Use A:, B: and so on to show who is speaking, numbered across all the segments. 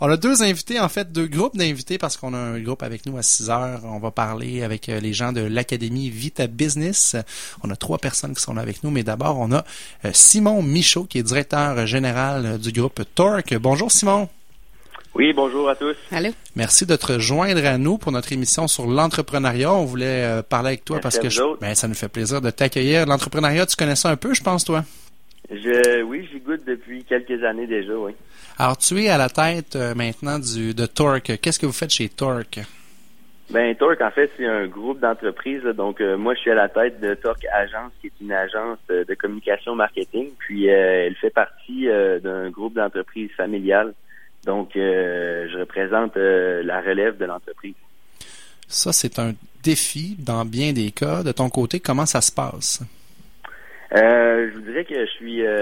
A: On a deux invités, en fait, deux groupes d'invités parce qu'on a un groupe avec nous à 6 heures. On va parler avec les gens de l'Académie Vita Business. On a 3 personnes qui sont là avec nous, mais d'abord, on a Simon Michaud qui est directeur général du groupe Torque. Bonjour Simon.
B: Oui, bonjour à tous.
C: Allô.
A: Merci de te rejoindre à nous pour notre émission sur l'entrepreneuriat. On voulait parler avec toi parce que ça nous fait plaisir de t'accueillir. L'entrepreneuriat, tu connais ça un peu, je pense, toi?
B: Oui, j'y goûte depuis quelques années déjà, oui.
A: Alors, tu es à la tête maintenant de Torque. Qu'est-ce que vous faites chez Torque?
B: Ben, Torque, en fait, c'est un groupe d'entreprises. Donc, moi, je suis à la tête de Torque Agence, qui est une agence de communication marketing. Puis, elle fait partie d'un groupe d'entreprises familiales. Donc, je représente la relève de l'entreprise.
A: Ça, c'est un défi dans bien des cas. De ton côté, comment ça se passe?
B: Je vous dirais que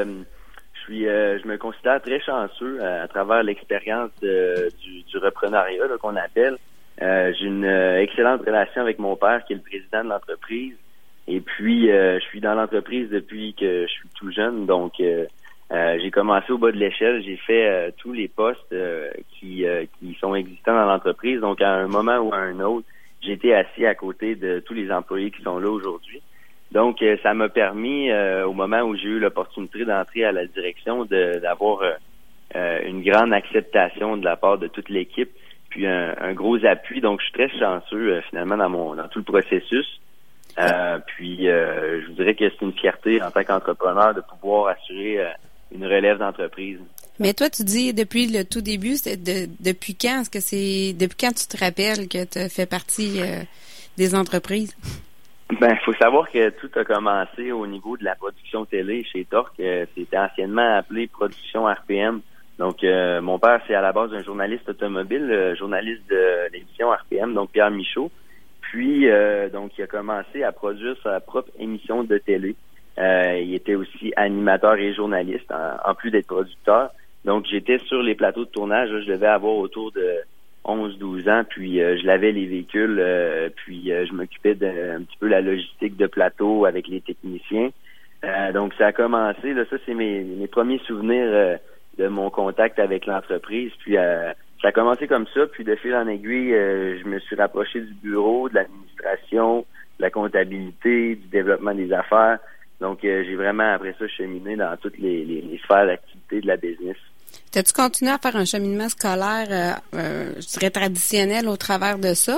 B: je me considère très chanceux à travers l'expérience du reprenariat là, qu'on appelle. J'ai une excellente relation avec mon père qui est le président de l'entreprise. Et puis, je suis dans l'entreprise depuis que je suis tout jeune. Donc, j'ai commencé au bas de l'échelle. J'ai fait tous les postes qui sont existants dans l'entreprise. Donc, à un moment ou à un autre, j'ai été assis à côté de tous les employés qui sont là aujourd'hui. Donc, ça m'a permis, au moment où j'ai eu l'opportunité d'entrer à la direction, d'avoir une grande acceptation de la part de toute l'équipe, puis un gros appui. Donc, je suis très chanceux, finalement, dans tout le processus. Puis, je vous dirais que c'est une fierté en tant qu'entrepreneur de pouvoir assurer une relève d'entreprise.
C: Mais toi, tu dis depuis le tout début, depuis quand? Est-ce que c'est depuis quand tu te rappelles que tu fais partie des entreprises?
B: Ben, faut savoir que tout a commencé au niveau de la production télé chez Torque. C'était anciennement appelé production RPM. Donc, mon père, c'est à la base un journaliste automobile, journaliste de l'émission RPM, donc Pierre Michaud. Puis, donc, il a commencé à produire sa propre émission de télé. Il était aussi animateur et journaliste, en plus d'être producteur. Donc, j'étais sur les plateaux de tournage. Là, je devais avoir autour de 11-12 ans, puis je lavais les véhicules, puis je m'occupais un petit peu la logistique de plateau avec les techniciens. Donc, ça a commencé, là, ça, c'est mes premiers souvenirs de mon contact avec l'entreprise. Puis, ça a commencé comme ça, puis de fil en aiguille, je me suis rapproché du bureau, de l'administration, de la comptabilité, du développement des affaires. Donc, j'ai vraiment, après ça, cheminé dans toutes les sphères d'activité de la business.
C: T'as-tu continué à faire un cheminement scolaire, je dirais traditionnel au travers de ça?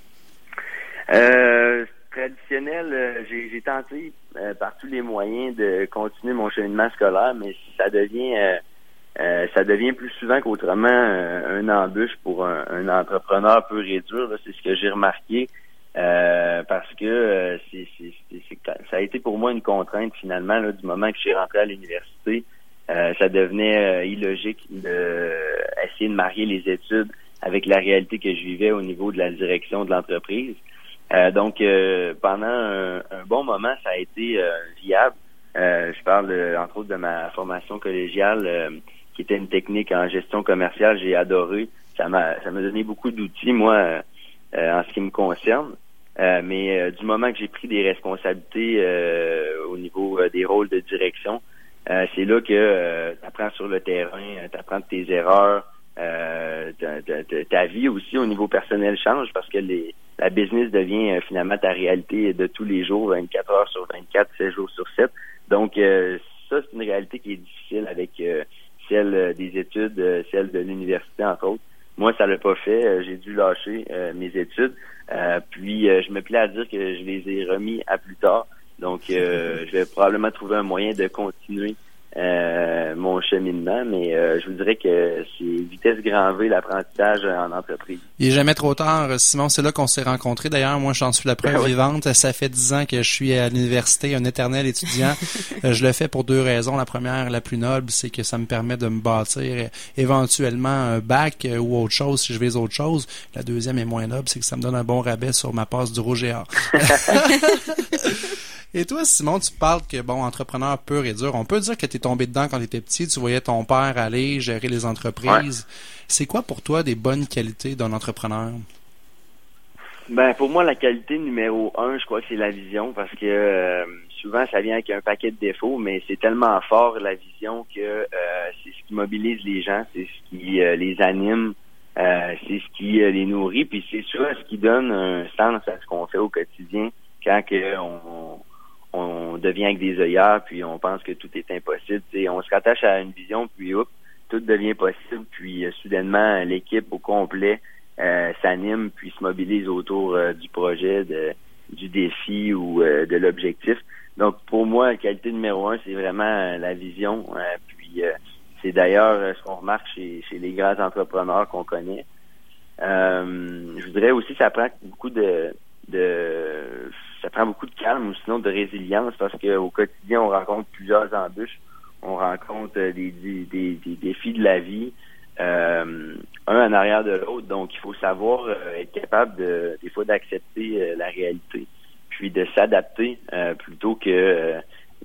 B: Traditionnel, j'ai tenté par tous les moyens de continuer mon cheminement scolaire, mais ça devient plus souvent qu'autrement un embûche pour un entrepreneur pur et dur. Là, c'est ce que j'ai remarqué parce que ça a été pour moi une contrainte finalement là, du moment que j'ai rentré à l'université. Ça devenait illogique d'essayer de marier les études avec la réalité que je vivais au niveau de la direction de l'entreprise. Donc, pendant un bon moment, ça a été viable. Je parle, entre autres, de ma formation collégiale, qui était une technique en gestion commerciale. J'ai adoré. Ça m'a donné beaucoup d'outils, moi, en ce qui me concerne. Mais du moment que j'ai pris des responsabilités au niveau des rôles de direction, c'est là que tu apprends sur le terrain, tu apprends de tes erreurs, ta vie aussi au niveau personnel change parce que la business devient finalement ta réalité de tous les jours, 24 heures sur 24, 7 jours sur 7. Donc, ça, c'est une réalité qui est difficile avec celle des études, celle de l'université, entre autres. Moi, ça l'a pas fait. J'ai dû lâcher mes études. Puis, je me plais à dire que je les ai remis à plus tard. Donc, je vais probablement trouver un moyen de continuer mon cheminement, mais je vous dirais que c'est vitesse grand V l'apprentissage en entreprise.
A: Il n'est jamais trop tard, Simon. C'est là qu'on s'est rencontrés. D'ailleurs, moi, j'en suis la preuve vivante. Ça fait 10 ans que je suis à l'université, un éternel étudiant. Je le fais pour 2 raisons. La première, la plus noble, c'est que ça me permet de me bâtir éventuellement un bac ou autre chose si je vise autre chose. La deuxième est moins noble, c'est que ça me donne un bon rabais sur ma passe du Rouge et Or. Et toi, Simon, tu parles que, bon, entrepreneur pur et dur, on peut dire que tu es tombé dedans quand tu étais petit, tu voyais ton père aller gérer les entreprises. Ouais. C'est quoi pour toi des bonnes qualités d'un entrepreneur? Ben,
B: pour moi, la qualité numéro 1, je crois que c'est la vision, parce que souvent ça vient avec un paquet de défauts, mais c'est tellement fort la vision que c'est ce qui mobilise les gens, c'est ce qui les anime, c'est ce qui les nourrit, puis c'est ça ce qui donne un sens à ce qu'on fait au quotidien quand on devient avec des œillères, puis on pense que tout est impossible. T'sais, on se rattache à une vision, puis hop, tout devient possible, puis soudainement l'équipe au complet s'anime, puis se mobilise autour du projet, du défi ou de l'objectif. Donc pour moi, la qualité numéro 1, c'est vraiment la vision. Puis c'est d'ailleurs ce qu'on remarque chez les grands entrepreneurs qu'on connaît. Je voudrais aussi, ça prend beaucoup de calme ou sinon de résilience, parce qu'au quotidien, on rencontre plusieurs embûches. On rencontre des défis de la vie, un en arrière de l'autre. Donc, il faut savoir être capable des fois d'accepter la réalité, puis de s'adapter plutôt que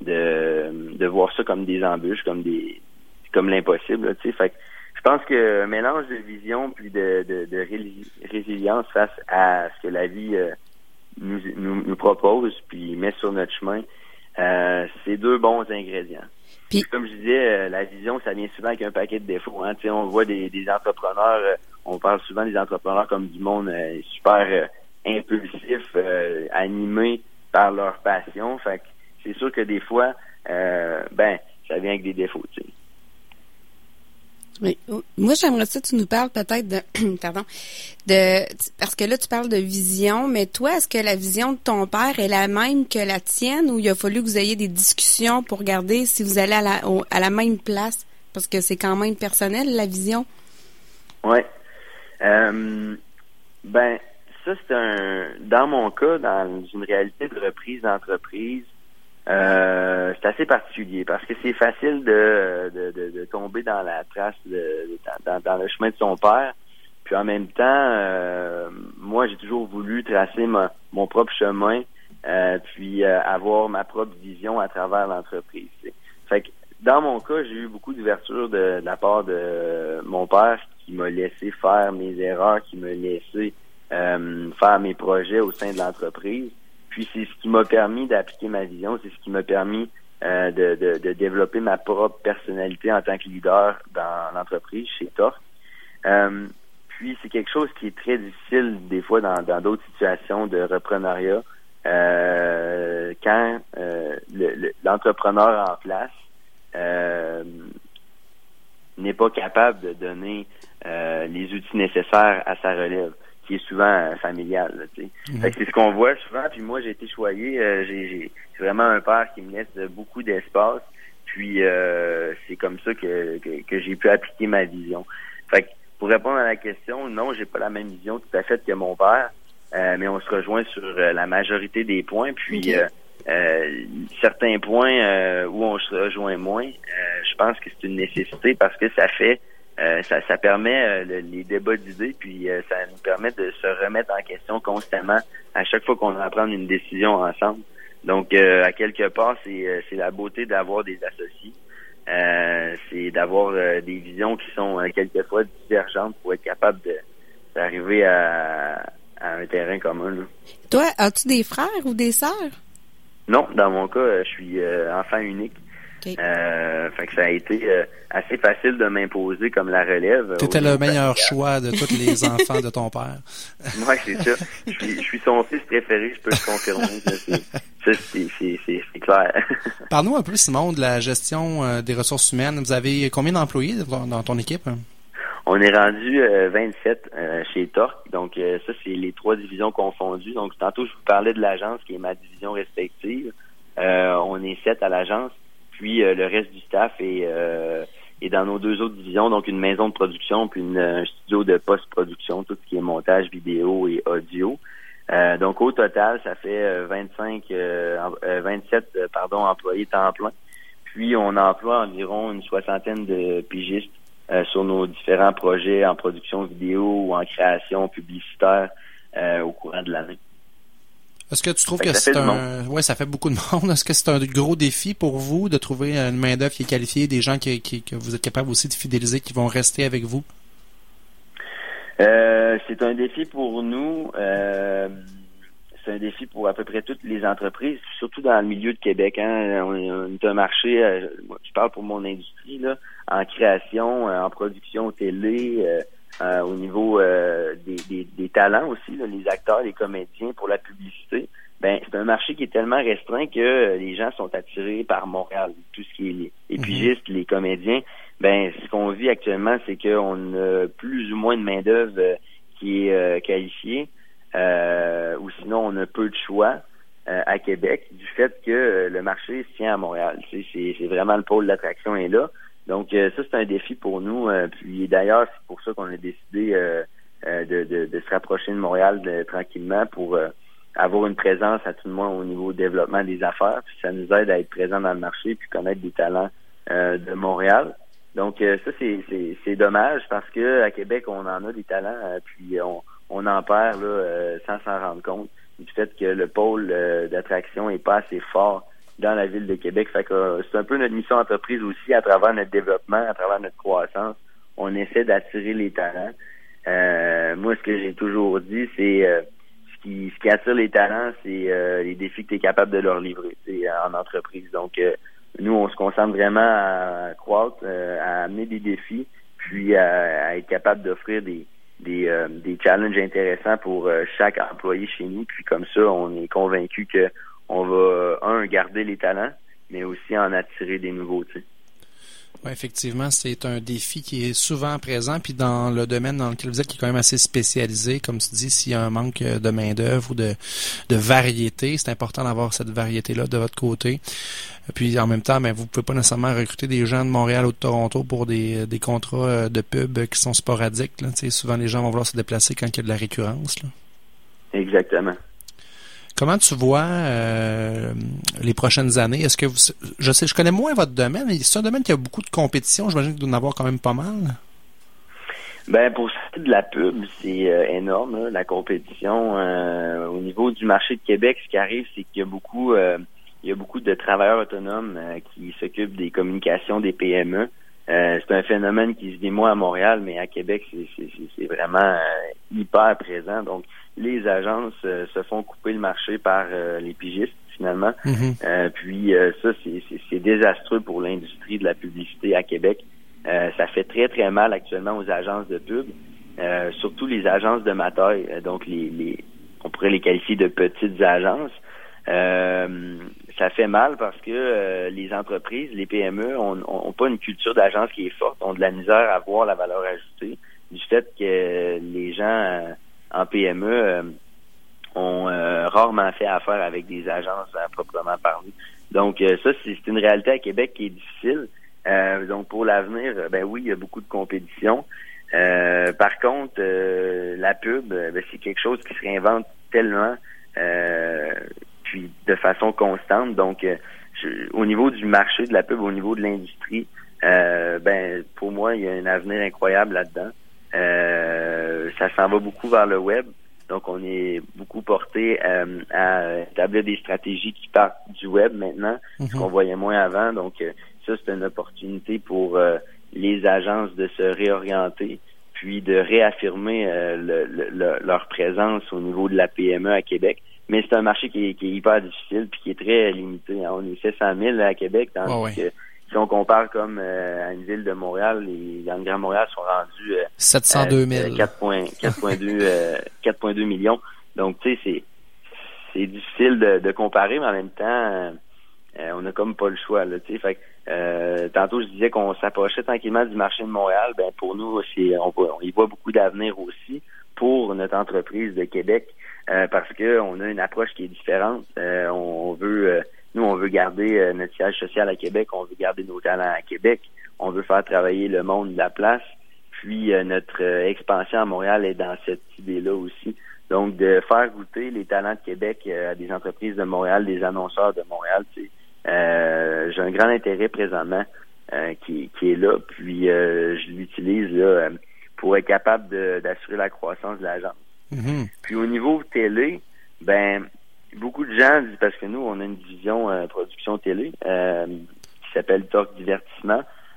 B: de voir ça comme des embûches, comme l'impossible. Tu sais, fait que je pense que un mélange de vision puis de résilience face à ce que la vie nous propose puis met sur notre chemin, c'est deux bons ingrédients. Puis, comme je disais, la vision, ça vient souvent avec un paquet de défauts. Hein. On voit des entrepreneurs, on parle souvent des entrepreneurs comme du monde super impulsif, animé par leur passion. Fait que c'est sûr que des fois, ça vient avec des défauts. T'sais.
C: Oui. Moi, j'aimerais ça que tu nous parles peut-être parce que là, tu parles de vision, mais toi, est-ce que la vision de ton père est la même que la tienne, ou il a fallu que vous ayez des discussions pour regarder si vous allez à la même place? Parce que c'est quand même personnel, la vision.
B: Oui. Ça, c'est dans mon cas, dans une réalité de reprise d'entreprise, c'est assez particulier parce que c'est facile de tomber dans la trace dans le chemin de son père. Puis en même temps, moi j'ai toujours voulu tracer mon propre chemin, puis avoir ma propre vision à travers l'entreprise. T'sais. Fait que dans mon cas, j'ai eu beaucoup d'ouverture de la part de mon père qui m'a laissé faire mes erreurs, qui m'a laissé faire mes projets au sein de l'entreprise. Puis c'est ce qui m'a permis d'appliquer ma vision, c'est ce qui m'a permis de développer ma propre personnalité en tant que leader dans l'entreprise chez Torque. Puis c'est quelque chose qui est très difficile des fois dans d'autres situations de reprenariat, quand l'entrepreneur en place n'est pas capable de donner les outils nécessaires à sa relève, qui est souvent familial. Là, fait que c'est ce qu'on voit souvent. Puis moi, j'ai été choyé. J'ai vraiment un père qui me laisse beaucoup d'espace. Puis c'est comme ça que j'ai pu appliquer ma vision. Fait que pour répondre à la question, non, j'ai pas la même vision tout à fait que mon père, mais on se rejoint sur la majorité des points. Puis certains points où on se rejoint moins, je pense que c'est une nécessité parce que ça fait ça permet les débats d'idées, puis ça nous permet de se remettre en question constamment à chaque fois qu'on va prendre une décision ensemble. Donc, à quelque part, c'est la beauté d'avoir des associés. C'est d'avoir des visions qui sont quelquefois divergentes pour être capable d'arriver à un terrain commun. Là.
C: Toi, as-tu des frères ou des sœurs?
B: Non, dans mon cas, je suis enfant unique. Okay. Fait que ça a été assez facile de m'imposer comme la relève.
A: T'étais le meilleur choix de tous les enfants de ton père.
B: Oui, c'est ça. Je suis son fils préféré, je peux le confirmer. C'est clair.
A: Parle-nous un peu, Simon, de la gestion des ressources humaines. Vous avez combien d'employés dans ton équipe?
B: On est rendu 27 chez Torque. Donc, ça, c'est les 3 divisions confondues. Donc, tantôt, je vous parlais de l'agence qui est ma division respective. On est 7 à l'agence. Puis le reste du staff est dans nos 2 autres divisions, donc une maison de production puis un studio de post-production, tout ce qui est montage vidéo et audio. Donc au total, ça fait 27 employés temps plein. Puis on emploie environ une 60aine de pigistes sur nos différents projets en production vidéo ou en création publicitaire au courant de l'année.
A: Est-ce que tu trouves que c'est ça fait beaucoup de monde. Est-ce que c'est un gros défi pour vous de trouver une main-d'œuvre qui est qualifiée, des gens que vous êtes capable aussi de fidéliser, qui vont rester avec vous?
B: C'est un défi pour nous. c'est un défi pour à peu près toutes les entreprises, surtout dans le milieu de Québec. Hein. On est un marché, je parle pour mon industrie, là, en création, en production télé, au niveau des talents aussi, là, les acteurs, les comédiens pour la publicité. Ben, c'est un marché qui est tellement restreint que les gens sont attirés par Montréal. Tout ce qui est les pigistes, les comédiens. Ben, ce qu'on vit actuellement, c'est qu'on a plus ou moins de main-d'œuvre qui est qualifiée. Ou sinon on a peu de choix à Québec du fait que le marché se tient à Montréal. C'est vraiment le pôle d'attraction est là. Donc ça, c'est un défi pour nous. Puis d'ailleurs, c'est pour ça qu'on a décidé de se rapprocher de Montréal tranquillement pour avoir une présence à tout le moins au niveau du développement des affaires. Puis ça nous aide à être présents dans le marché puis connaître des talents de Montréal. Donc ça, c'est dommage parce que à Québec, on en a des talents puis on en perd là, sans s'en rendre compte du fait que le pôle d'attraction est pas assez fort dans la ville de Québec. Fait que c'est un peu notre mission entreprise aussi, à travers notre développement, à travers notre croissance. On essaie d'attirer les talents. Moi, ce que j'ai toujours dit, c'est ce qui attire les talents, c'est les défis que tu es capable de leur livrer en entreprise. Donc, nous, on se concentre vraiment à croître, à amener des défis, puis à être capable d'offrir des challenges intéressants pour chaque employé chez nous. Puis comme ça, on est convaincu que on va, garder les talents, mais aussi en attirer des nouveaux, tu sais.
A: Oui, effectivement, c'est un défi qui est souvent présent, puis dans le domaine dans lequel vous êtes, qui est quand même assez spécialisé, comme tu dis, s'il y a un manque de main-d'œuvre ou de variété, c'est important d'avoir cette variété-là de votre côté. Puis en même temps, ben, vous pouvez pas nécessairement recruter des gens de Montréal ou de Toronto pour des contrats de pub qui sont sporadiques. Là. Souvent, les gens vont vouloir se déplacer quand il y a de la récurrence. Là.
B: Exactement.
A: Comment tu vois les prochaines années? Est-ce que je connais moins votre domaine, mais c'est un domaine qui a beaucoup de compétition. J'imagine qu'il doit en avoir quand même pas mal.
B: Ben pour ce qui est de la pub, c'est énorme, là, la compétition. Au niveau du marché de Québec, ce qui arrive, c'est qu'il y a beaucoup de travailleurs autonomes qui s'occupent des communications des PME. C'est un phénomène qui se vit moins à Montréal, mais à Québec, c'est vraiment hyper présent. Donc, les agences se font couper le marché par les pigistes, finalement. Puis ça, c'est désastreux pour l'industrie de la publicité à Québec. Ça fait très, très mal actuellement aux agences de pub, surtout les agences de ma taille. Donc, on pourrait les qualifier de petites agences. Ça fait mal parce que les entreprises, les PME, ont pas une culture d'agence qui est forte, ont de la misère à voir la valeur ajoutée du fait que les gens en PME ont rarement fait affaire avec des agences à proprement parler. Donc ça, c'est une réalité à Québec qui est difficile. Donc pour l'avenir, ben oui, il y a beaucoup de compétition. Par contre, la pub, c'est quelque chose qui se réinvente tellement puis de façon constante. Donc, au niveau du marché de la pub, au niveau de l'industrie, pour moi, il y a un avenir incroyable là-dedans. Ça s'en va beaucoup vers le web. Donc, on est beaucoup porté à établir des stratégies qui partent du web maintenant, ce qu'on voyait moins avant. Donc, ça, c'est une opportunité pour les agences de se réorienter, puis de réaffirmer leur présence au niveau de la PME à Québec. Mais c'est un marché qui est hyper difficile puis qui est très limité. Hein. On est 700 000 à Québec, tandis que si on compare comme à une ville de Montréal, dans le Grand Montréal sont rendus
A: 702 000.
B: 4,2 millions. Donc, tu sais, c'est difficile de comparer, mais en même temps, on a comme pas le choix. Là, tu sais, fait tantôt, je disais qu'on s'approchait tranquillement du marché de Montréal. Ben pour nous, on y voit beaucoup d'avenir aussi pour notre entreprise de Québec. Parce que on a une approche qui est différente. On veut garder notre siège social à Québec, on veut garder nos talents à Québec, on veut faire travailler le monde de la place. Puis notre expansion à Montréal est dans cette idée-là aussi. Donc de faire goûter les talents de Québec à des entreprises de Montréal, des annonceurs de Montréal, j'ai un grand intérêt présentement qui est là. Puis je l'utilise là pour être capable d'assurer la croissance de l'agence. Puis au niveau télé, beaucoup de gens disent, parce que nous, on a une division production télé qui s'appelle Torque Divertissement.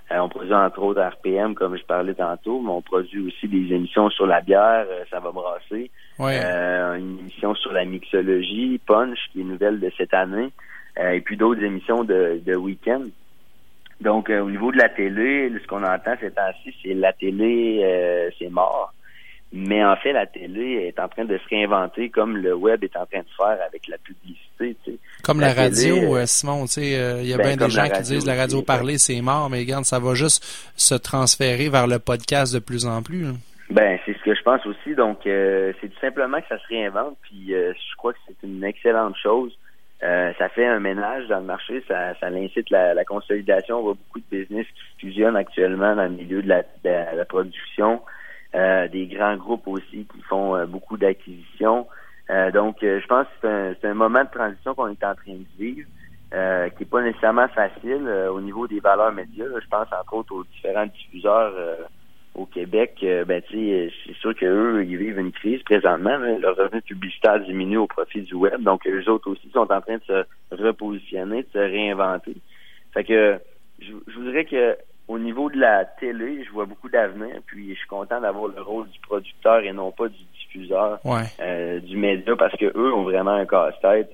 B: On produit entre autres RPM, comme je parlais tantôt, mais on produit aussi des émissions sur la bière, ça va brasser.
A: Ouais.
B: Une émission sur la mixologie, Punch, qui est nouvelle de cette année, et puis d'autres émissions de week-end. Donc, au niveau de la télé, ce qu'on entend ces temps-ci, c'est la télé, c'est mort. Mais en fait, la télé est en train de se réinventer comme le web est en train de faire avec la publicité. Tu sais.
A: Comme la radio, Simon, tu sais, il y a bien des gens qui disent la radio parler, c'est mort, mais regarde, ça va juste se transférer vers le podcast de plus en plus. Là.
B: Ben, c'est ce que je pense aussi. Donc, c'est tout simplement que ça se réinvente, puis je crois que c'est une excellente chose. Ça fait un ménage dans le marché, ça incite la consolidation. On voit beaucoup de business qui fusionnent actuellement dans le milieu de la production. Des grands groupes aussi qui font beaucoup d'acquisitions. Donc, je pense que c'est un moment de transition qu'on est en train de vivre, qui est pas nécessairement facile au niveau des valeurs médias. Là, je pense entre autres aux différents diffuseurs au Québec. Ben, tu sais, c'est sûr qu'eux, ils vivent une crise présentement. Là. Leur revenu publicitaire diminue au profit du web. Donc, eux autres aussi sont en train de se repositionner, de se réinventer. Fait que je voudrais que au niveau de la télé, je vois beaucoup d'avenir, puis je suis content d'avoir le rôle du producteur et non pas du diffuseur du média, parce que eux ont vraiment un casse-tête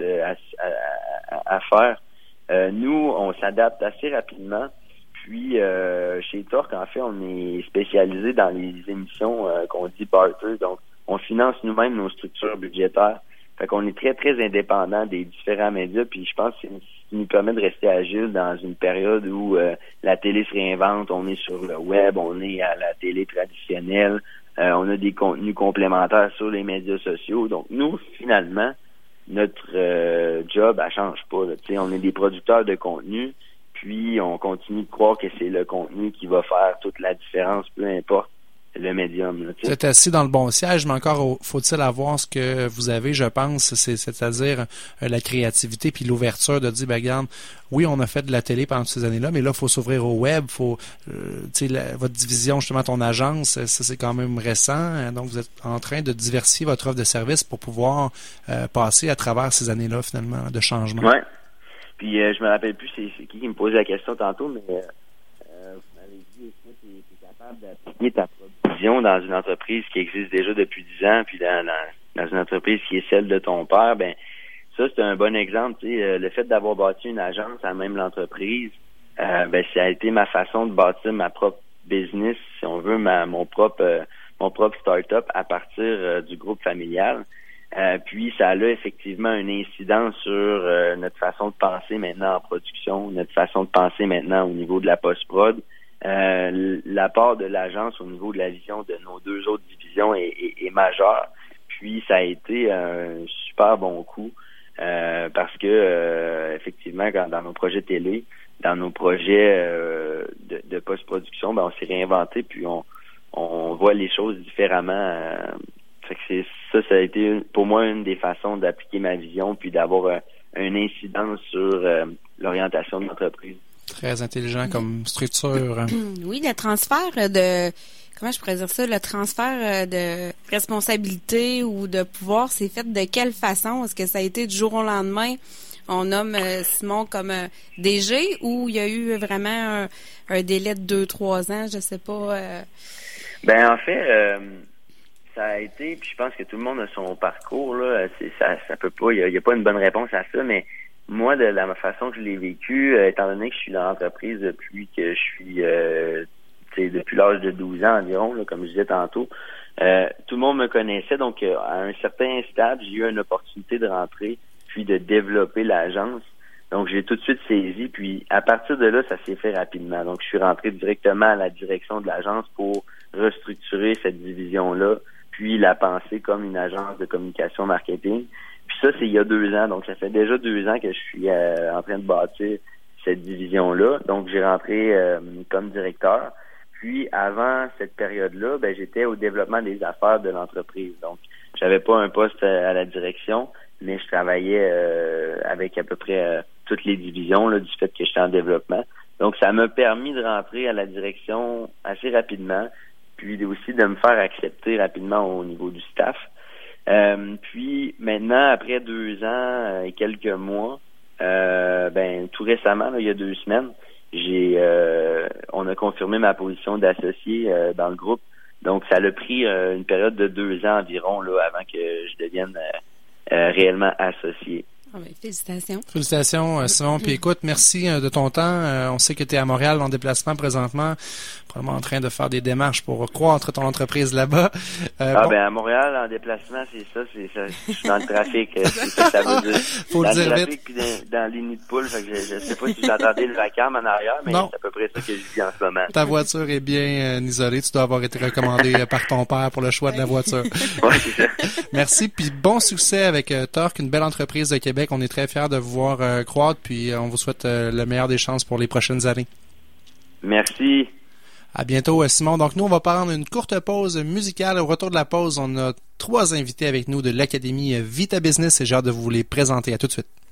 B: à faire. Nous, on s'adapte assez rapidement, puis chez Torque, en fait, on est spécialisé dans les émissions qu'on dit barter, donc on finance nous-mêmes nos structures budgétaires. Fait qu'on est très, très indépendant des différents médias, puis je pense que c'est ce qui nous permet de rester agile dans une période où la télé se réinvente, on est sur le web, on est à la télé traditionnelle, on a des contenus complémentaires sur les médias sociaux. Donc nous, finalement, notre job, elle change pas. Là. On est des producteurs de contenu, puis on continue de croire que c'est le contenu qui va faire toute la différence, peu importe le médium.
A: Vous êtes assis dans le bon siège, mais encore faut-il avoir ce que vous avez, je pense, c'est-à-dire la créativité puis l'ouverture de dire, ben regarde, oui, on a fait de la télé pendant ces années-là, mais là, il faut s'ouvrir au web, faut, votre division, justement, ton agence, ça c'est quand même récent, donc vous êtes en train de diversifier votre offre de service pour pouvoir passer à travers ces années-là, finalement, de changement.
B: Ouais. Puis je me rappelle plus c'est qui me posait la question tantôt, mais vous m'avez dit, est-ce que tu es capable d'appliquer ta vision dans une entreprise qui existe déjà depuis 10 ans, puis dans une entreprise qui est celle de ton père, ben ça, c'est un bon exemple. Tu sais, le fait d'avoir bâti une agence à même l'entreprise, ben ça a été ma façon de bâtir ma propre business, si on veut, mon propre start-up à partir du groupe familial. Puis ça a effectivement une incidence sur notre façon de penser maintenant en production, notre façon de penser maintenant au niveau de la post-prod. L'apport de l'agence au niveau de la vision de nos deux autres divisions est majeur. Puis ça a été un super bon coup parce que effectivement, dans nos projets télé, dans nos projets de post-production, ben on s'est réinventé puis on voit les choses différemment. Fait que ça a été pour moi une des façons d'appliquer ma vision puis d'avoir une incidence sur l'orientation de l'entreprise.
A: Très intelligent comme structure.
C: Oui, le transfert comment je pourrais dire ça, le transfert de responsabilité ou de pouvoir, c'est fait de quelle façon? Est-ce que ça a été du jour au lendemain? On nomme Simon comme DG ou il y a eu vraiment un délai de 2-3 ans, je sais pas.
B: Ben en fait, ça a été, puis je pense que tout le monde a son parcours là. Ça peut pas, il y a pas une bonne réponse à ça, mais moi, de la façon que je l'ai vécu, étant donné que je suis dans l'entreprise depuis que je suis depuis l'âge de 12 ans environ, là, comme je disais tantôt, tout le monde me connaissait, donc à un certain stade, j'ai eu une opportunité de rentrer, puis de développer l'agence. Donc j'ai tout de suite saisi, puis à partir de là, ça s'est fait rapidement. Donc je suis rentré directement à la direction de l'agence pour restructurer cette division-là, puis la penser comme une agence de communication marketing. Puis ça, c'est il y a 2 ans. Donc, ça fait déjà 2 ans que je suis en train de bâtir cette division-là. Donc, j'ai rentré comme directeur. Puis, avant cette période-là, ben j'étais au développement des affaires de l'entreprise. Donc, j'avais pas un poste à la direction, mais je travaillais avec à peu près toutes les divisions là, du fait que j'étais en développement. Donc, ça m'a permis de rentrer à la direction assez rapidement, puis aussi de me faire accepter rapidement au niveau du staff. Puis maintenant, après 2 ans et quelques mois, tout récemment, là, il y a 2 semaines, on a confirmé ma position d'associé dans le groupe. Donc, ça a pris une période de 2 ans environ là avant que je devienne réellement associé.
C: Ah ben, félicitations.
A: Félicitations, Simon. Puis écoute, merci de ton temps. On sait que tu es à Montréal en déplacement présentement, probablement en train de faire des démarches pour croître ton entreprise là-bas.
B: Ben à Montréal, en déplacement, c'est ça. Je suis dans le trafic. C'est ça que ça veut dire.
A: Faut
B: dans
A: le dire
B: le trafic,
A: vite.
B: puis dans les nids de poules. Fait que je sais pas si vous entendez le vacarme en arrière, mais
A: Non.
B: c'est à peu près ça que je vis en ce moment.
A: Ta voiture est bien isolée. Tu dois avoir été recommandé par ton père pour le choix de la voiture.
B: Ouais, c'est ça.
A: Merci, puis bon succès avec Torque, une belle entreprise de Québec. On est très fiers de vous voir croître, puis on vous souhaite le meilleur des chances pour les prochaines années.
B: Merci.
A: À bientôt, Simon. Donc, nous, on va prendre une courte pause musicale. Au retour de la pause, on a 3 invités avec nous de l'Académie Vita Business et j'ai hâte de vous les présenter. À tout de suite.